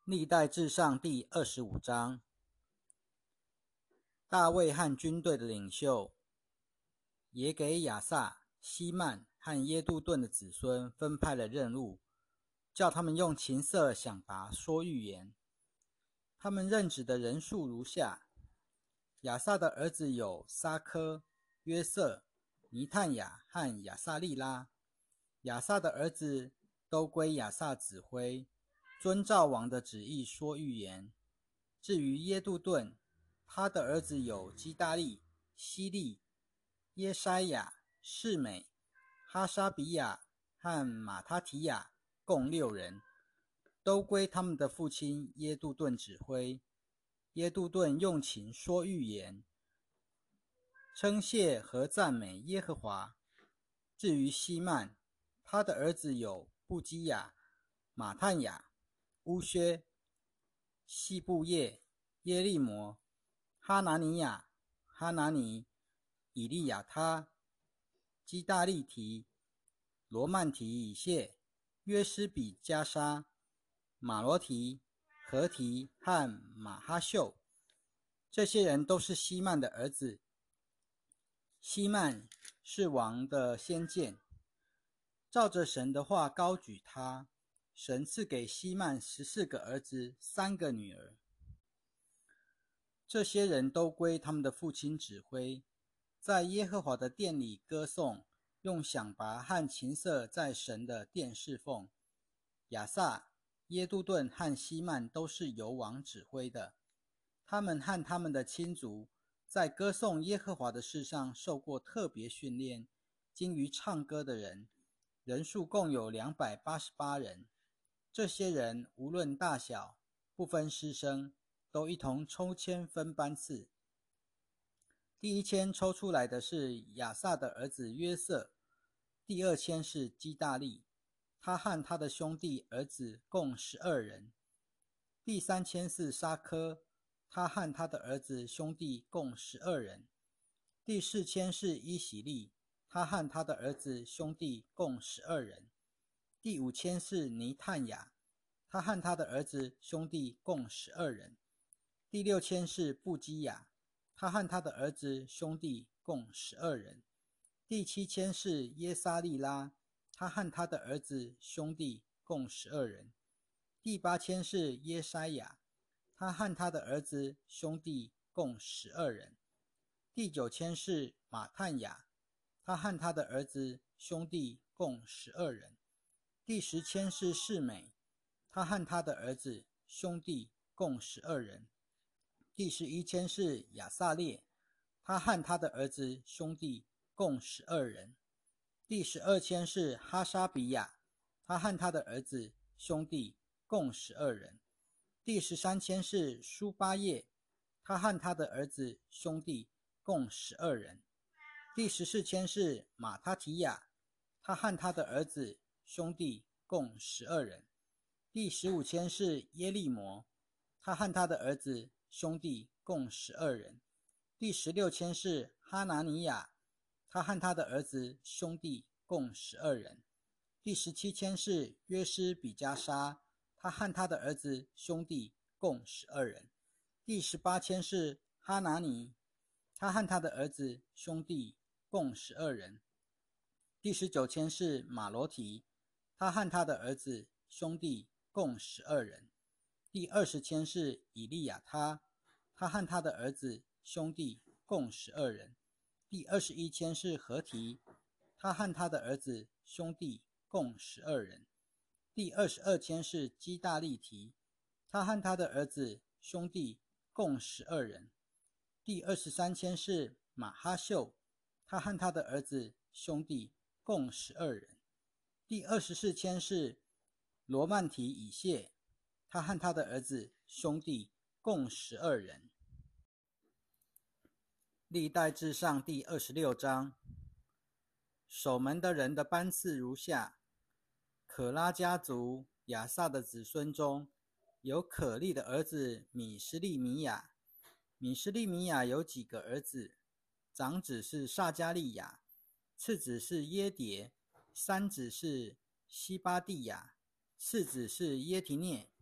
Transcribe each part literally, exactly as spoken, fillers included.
历代志上第二十五章，大卫和军队的领袖也给亚萨、希曼和耶杜顿的子孙分派了任务，叫他们用琴瑟响拔说预言。他们任职的人数如下：亚萨的儿子有撒科、约瑟、尼探雅和亚萨利拉。亚萨的儿子都归亚萨指挥，遵照王的旨意说预言。至于耶杜顿，他的儿子有基大利、希利、耶筛亚、示美、哈沙比亚和马他提亚，共六人，都归他们的父亲耶杜顿指挥。耶杜顿用琴说预言，称谢和赞美耶和华。至于希曼，他的儿子有布基亚、马探雅、乌薛、西布叶、耶利摩、哈拿尼亚、哈拿尼、以利亚他、基大利提、罗曼提以谢、约斯比加沙、马罗提、何提和马哈秀。这些人都是希曼的儿子。希曼是王的先见，照着神的话高举他。神赐给希曼十四个儿子，三个女儿。这些人都归他们的父亲指挥，在耶和华的殿里歌颂，用响拔和琴瑟在神的殿侍奉。亚萨、耶杜顿和希曼都是由王指挥的。他们和他们的亲族在歌颂耶和华的事上受过特别训练，精于唱歌的人，人数共有两百八十八人。这些人无论大小，不分师生，都一同抽签分班次。第一签抽出来的是亚萨的儿子约瑟，第二签是基大利，他和他的兄弟儿子共十二人。第三签是沙科，他和他的儿子兄弟共十二人。第四签是伊洗利，他和他的儿子兄弟共十二人。第五签是尼探雅，他和他的儿子兄弟共十二人。第六签是布基亚，他和他的儿子兄弟共十二人。第七签是耶沙利拉，他和他的儿子兄弟共十二人。第八签是耶筛亚，他和他的儿子兄弟共十二人。第九签是马探雅，他和他的儿子兄弟共十二人。第十签是示美，他和他的儿子兄弟共十二人。第十一签是亚萨列，他和他的儿子兄弟共十二人。第十二签是哈沙比亚，他和他的儿子兄弟共十二人。第十三签是舒巴叶，他和他的儿子兄弟共十二人。第十四签是马他提亚，他和他的儿子兄弟共十二人。第十五签是耶利摩，他和他的儿子兄弟共十二人。第十六签是哈拿尼亚，他和他的儿子兄弟共十二人。第十七签是约斯比加沙，他和他的儿子兄弟共十二人。第十八签是哈拿尼，他和他的儿子兄弟共十二人。第十九签是马罗提，他和他的儿子兄弟共十二人。第二十签是以利亚他，他和他的儿子兄弟共十二人。第二十一签是何提，他和他的儿子兄弟共十二人。第二十二签是基大利提，他和他的儿子兄弟共十二人。第二十三签是马哈秀，他和他的儿子兄弟共十二人。第二十四签是罗曼提以谢，他和他的儿子兄弟共十二人。历代志上第二十六章，守门的人的班次如下：可拉家族亚萨的子孙中，有可利的儿子米施利米亚。米施利米亚有几个儿子？长子是撒加利亚，次子是耶迭，三子是西巴蒂亚，四子是耶提涅。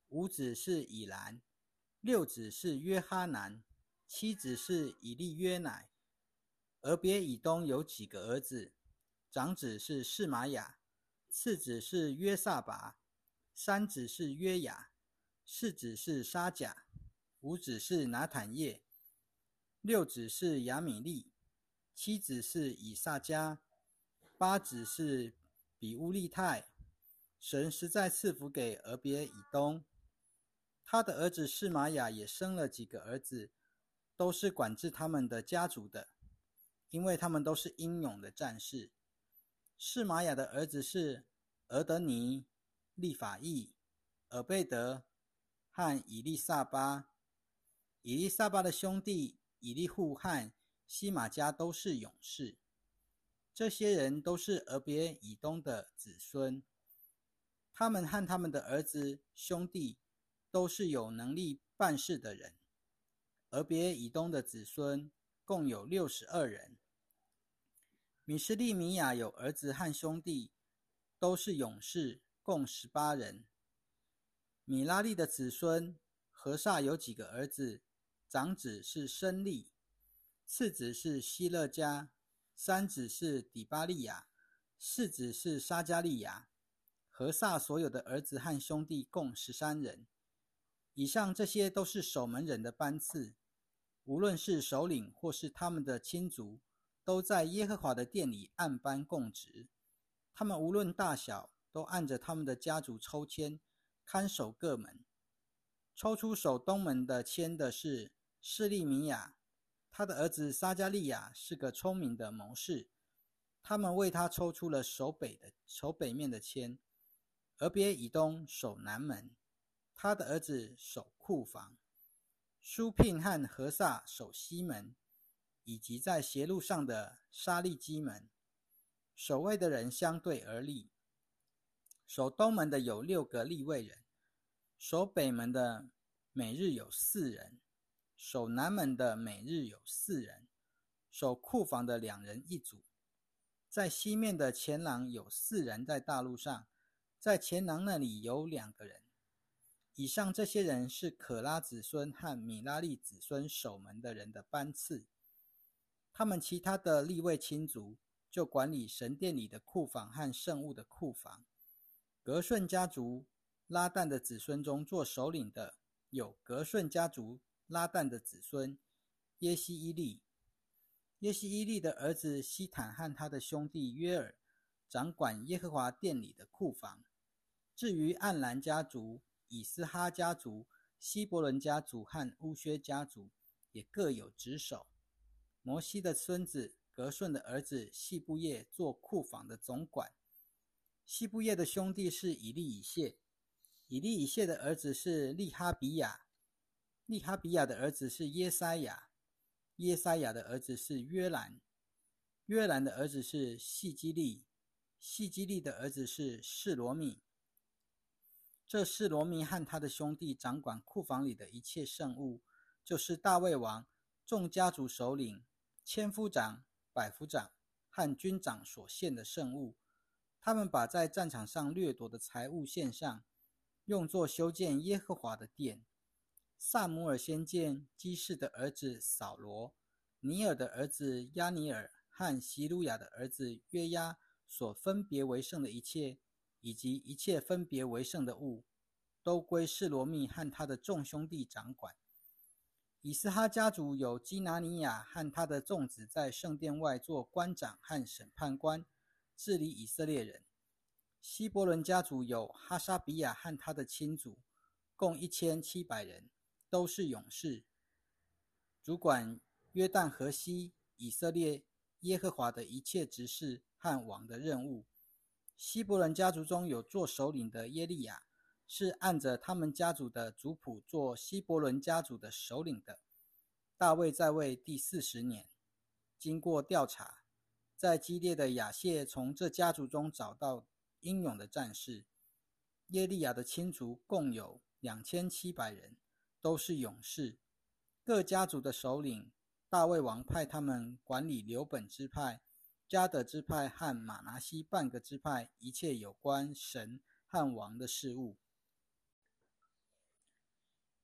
五子是以兰，六子是约哈南，七子是以利约乃。俄别以东有几个儿子？长子是示玛雅，次子是约萨拔，三子是约雅，四子是沙甲，五子是拿坦叶，六子是亚米利，七子是以萨迦，八子是比乌利泰。神实在赐福给俄别以东。他的儿子示玛雅也生了几个儿子，都是管制他们的家族的，因为他们都是英勇的战士。示玛雅的儿子是俄德尼、利法义、尔贝德和以利萨巴。以利萨巴的兄弟以利户和西玛加都是勇士。这些人都是俄别以东的子孙，他们和他们的儿子兄弟都是有能力办事的人。俄别以东的子孙共有六十二人。米施利米亚有儿子和兄弟，都是勇士，共十八人。米拉利的子孙何萨有几个儿子？长子是申利，次子是希勒家，三子是底巴利亚，四子是沙加利亚。何萨所有的儿子和兄弟共十三人。以上这些都是守门人的班次，无论是首领或是他们的亲族，都在耶和华的殿里按班供职。他们无论大小，都按着他们的家族抽签，看守各门。抽出守东门的签的是示利米亚，他的儿子撒加利亚是个聪明的谋士，他们为他抽出了守北的守北面的签。俄别以东守南门，他的儿子守库房。舒聘和何萨守西门，以及在斜路上的沙利基门。守卫的人相对而立。守东门的有六个利未人，守北门的每日有四人，守南门的每日有四人，守库房的两人一组。在西面的前廊有四人在大路上，在前廊那里有两个人。以上这些人是可拉子孙和米拉利子孙守门的人的班次。他们其他的利未亲族就管理神殿里的库房和圣物的库房。革顺家族拉旦的子孙中做首领的有革顺家族拉旦的子孙耶西伊利。耶西伊利的儿子希坦和他的兄弟约尔掌管耶和华殿里的库房。至于暗兰家族、以斯哈家族、希伯伦家族和乌薛家族，也各有职守。摩西的孙子革顺的儿子细布叶做库房的总管。细布叶的兄弟是以利以谢，以利以谢的儿子是利哈比亚，利哈比亚的儿子是耶塞亚，耶塞亚的儿子是约兰，约兰的儿子是细基利，细基利的儿子是示罗密。这示罗密和他的兄弟掌管库房里的一切圣物，就是大卫王、众家族首领、千夫长、百夫长和军长所献的圣物。他们把在战场上掠夺的财物献上，用作修建耶和华的殿。撒母耳先见基士的儿子扫罗、尼尔的儿子亚尼尔和希鲁雅的儿子约押所分别为圣的一切，以及一切分别为圣的物，都归示罗密和他的众兄弟掌管。以斯哈家族有基拿尼亚和他的众子在圣殿外做官长和审判官，治理以色列人。希伯伦家族有哈沙比亚和他的亲族，共一千七百人，都是勇士。主管约旦河西以色列耶和华的一切职事和王的任务。希伯伦家族中有做首领的耶利亚，是按着他们家族的族谱做希伯伦家族的首领的。大卫在位第四十年，经过调查，在基列的亚谢从这家族中找到英勇的战士。耶利亚的亲族共有两千七百人，都是勇士。各家族的首领，大卫王派他们管理流本支派、迦得支派和马拿西半个支派一切有关神和王的事务。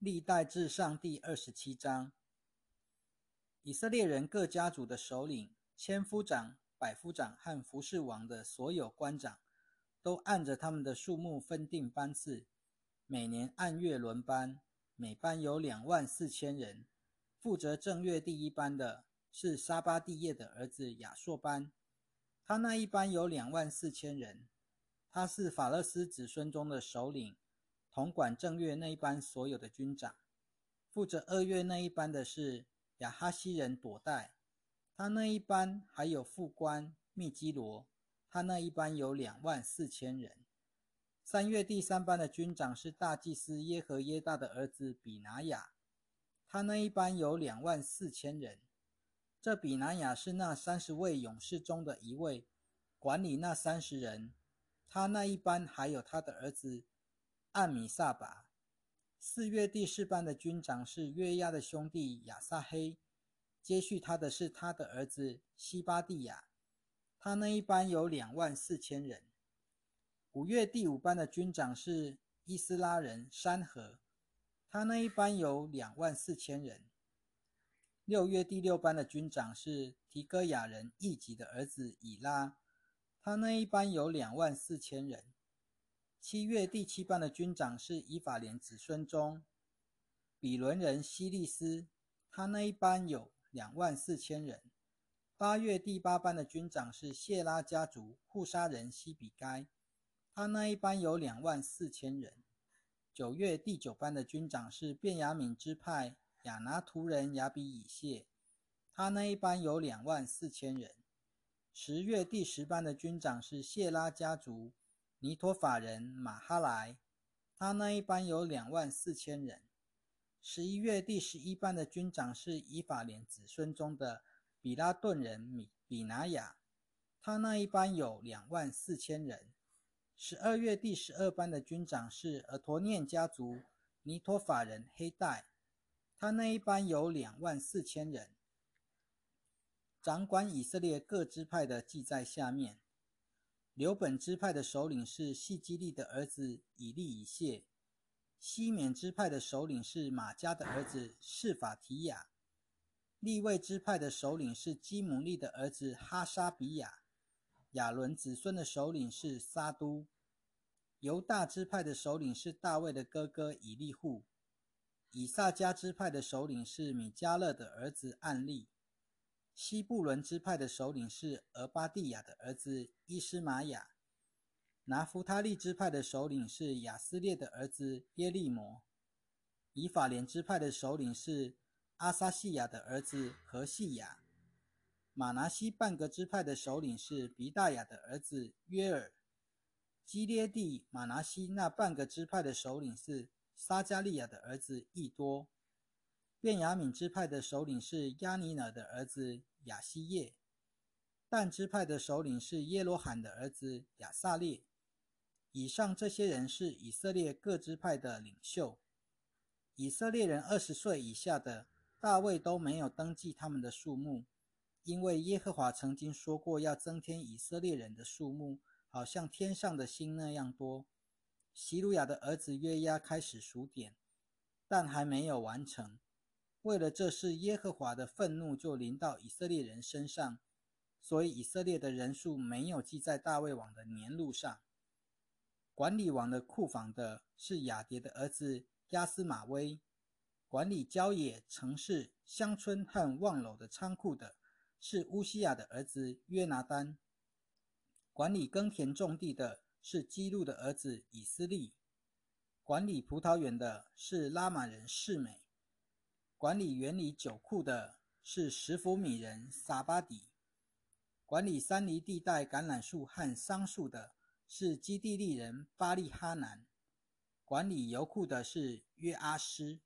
历代志上第二十七章。以色列人各家族的首领、千夫长、百夫长和服侍王的所有官长，都按着他们的数目分定班次，每年按月轮班，每班有两万四千人。负责正月第一班的是沙巴蒂叶的儿子亚硕班，他那一班有两万四千人。他是法勒斯子孙中的首领，统管正月那一班所有的军长。负责二月那一班的是亚哈西人朵代，他那一班还有副官密基罗，他那一班有两万四千人。三月第三班的军长是大祭司耶和耶大的儿子比拿雅，他那一班有两万四千人。这比拿雅是那三十位勇士中的一位，管理那三十人。他那一班还有他的儿子暗米撒拔。四月第四班的军长是约押的兄弟亚撒黑，接续他的是他的儿子西巴蒂亚，他那一班有两万四千人。五月第五班的军长是伊斯拉人山河，他那一班有两万四千人。六月第六班的军长是提戈雅人易吉的儿子以拉，他那一班有两万四千人。七月第七班的军长是以法莲子孙中比伦人希利斯，他那一班有两万四千人。八月第八班的军长是谢拉家族户沙人西比该，他那一班有两万四千人。九月第九班的军长是便雅悯支派亚拿图人亚比以谢，他那一班有两万四千人。十月第十班的军长是谢拉家族尼陀法人马哈莱，他那一班有两万四千人。十一月第十一班的军长是以法莲子孙中的比拉顿人比拿雅，他那一班有两万四千人。十二月第十二班的军长是俄陀念家族尼陀法人黑代，他那一班有两万四千人。掌管以色列各支派的记在下面。流本支派的首领是细基利的儿子以利以谢，西缅支派的首领是马加的儿子示法提亚，利未支派的首领是基姆利的儿子哈沙比亚，亚伦子孙的首领是撒都，犹大支派的首领是大卫的哥哥以利户，以萨迦支派的首领是米迦勒的儿子暗利，西布伦支派的首领是俄巴蒂亚的儿子伊斯玛雅，拿弗他利支派的首领是亚斯列的儿子耶利摩，以法莲支派的首领是阿撒西亚的儿子何西亚，马拿西半个支派的首领是比大雅的儿子约尔，基列地马拿西那半个支派的首领是撒加利亚的儿子益多，便雅悯支派的首领是亚尼尔的儿子亚西叶，但支派的首领是耶罗罕的儿子亚撒列。以上这些人是以色列各支派的领袖。以色列人二十岁以下的，大卫都没有登记他们的数目，因为耶和华曾经说过要增添以色列人的数目，好像天上的星那样多。希鲁雅的儿子约押开始数点，但还没有完成。为了这事，耶和华的愤怒就临到以色列人身上，所以以色列的人数没有记在大卫王的年录上。管理王的库房的是雅迭的儿子亚斯马威，管理郊野、城市、乡村和望楼的仓库的是乌西亚的儿子约拿单，管理耕田种地的是基路的儿子以斯利，管理葡萄园的是拉玛人示美，管理园里酒库的是什弗米人撒巴底，管理山梨地带橄榄树和桑树的是基地利人巴利哈南，管理油库的是约阿斯，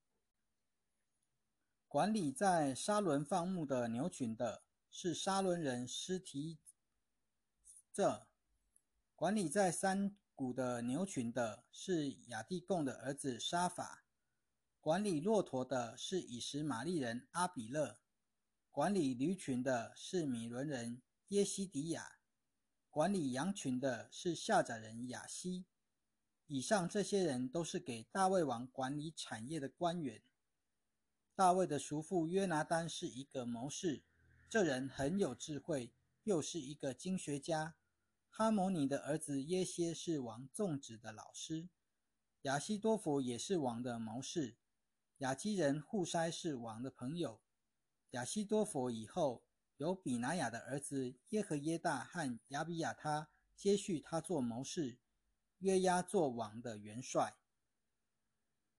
管理在沙伦放牧的牛群的是沙伦人施提这，管理在山谷的牛群的是亚地贡的儿子沙法，管理骆驼的是以实玛利人阿比勒，管理驴群的是米伦人耶西迪亚，管理羊群的是夏甲人亚西， 以上这些人都是给大卫王管理产业的官员。大卫的叔父约拿单是一个谋士，这人很有智慧，又是一个经学家。哈摩尼的儿子耶歇是王种植的老师，亚希多弗也是王的谋士，亚基人户筛是王的朋友。亚希多弗以后，有比拿雅的儿子耶和耶大和亚比亚他接续他做谋士，约押做王的元帅。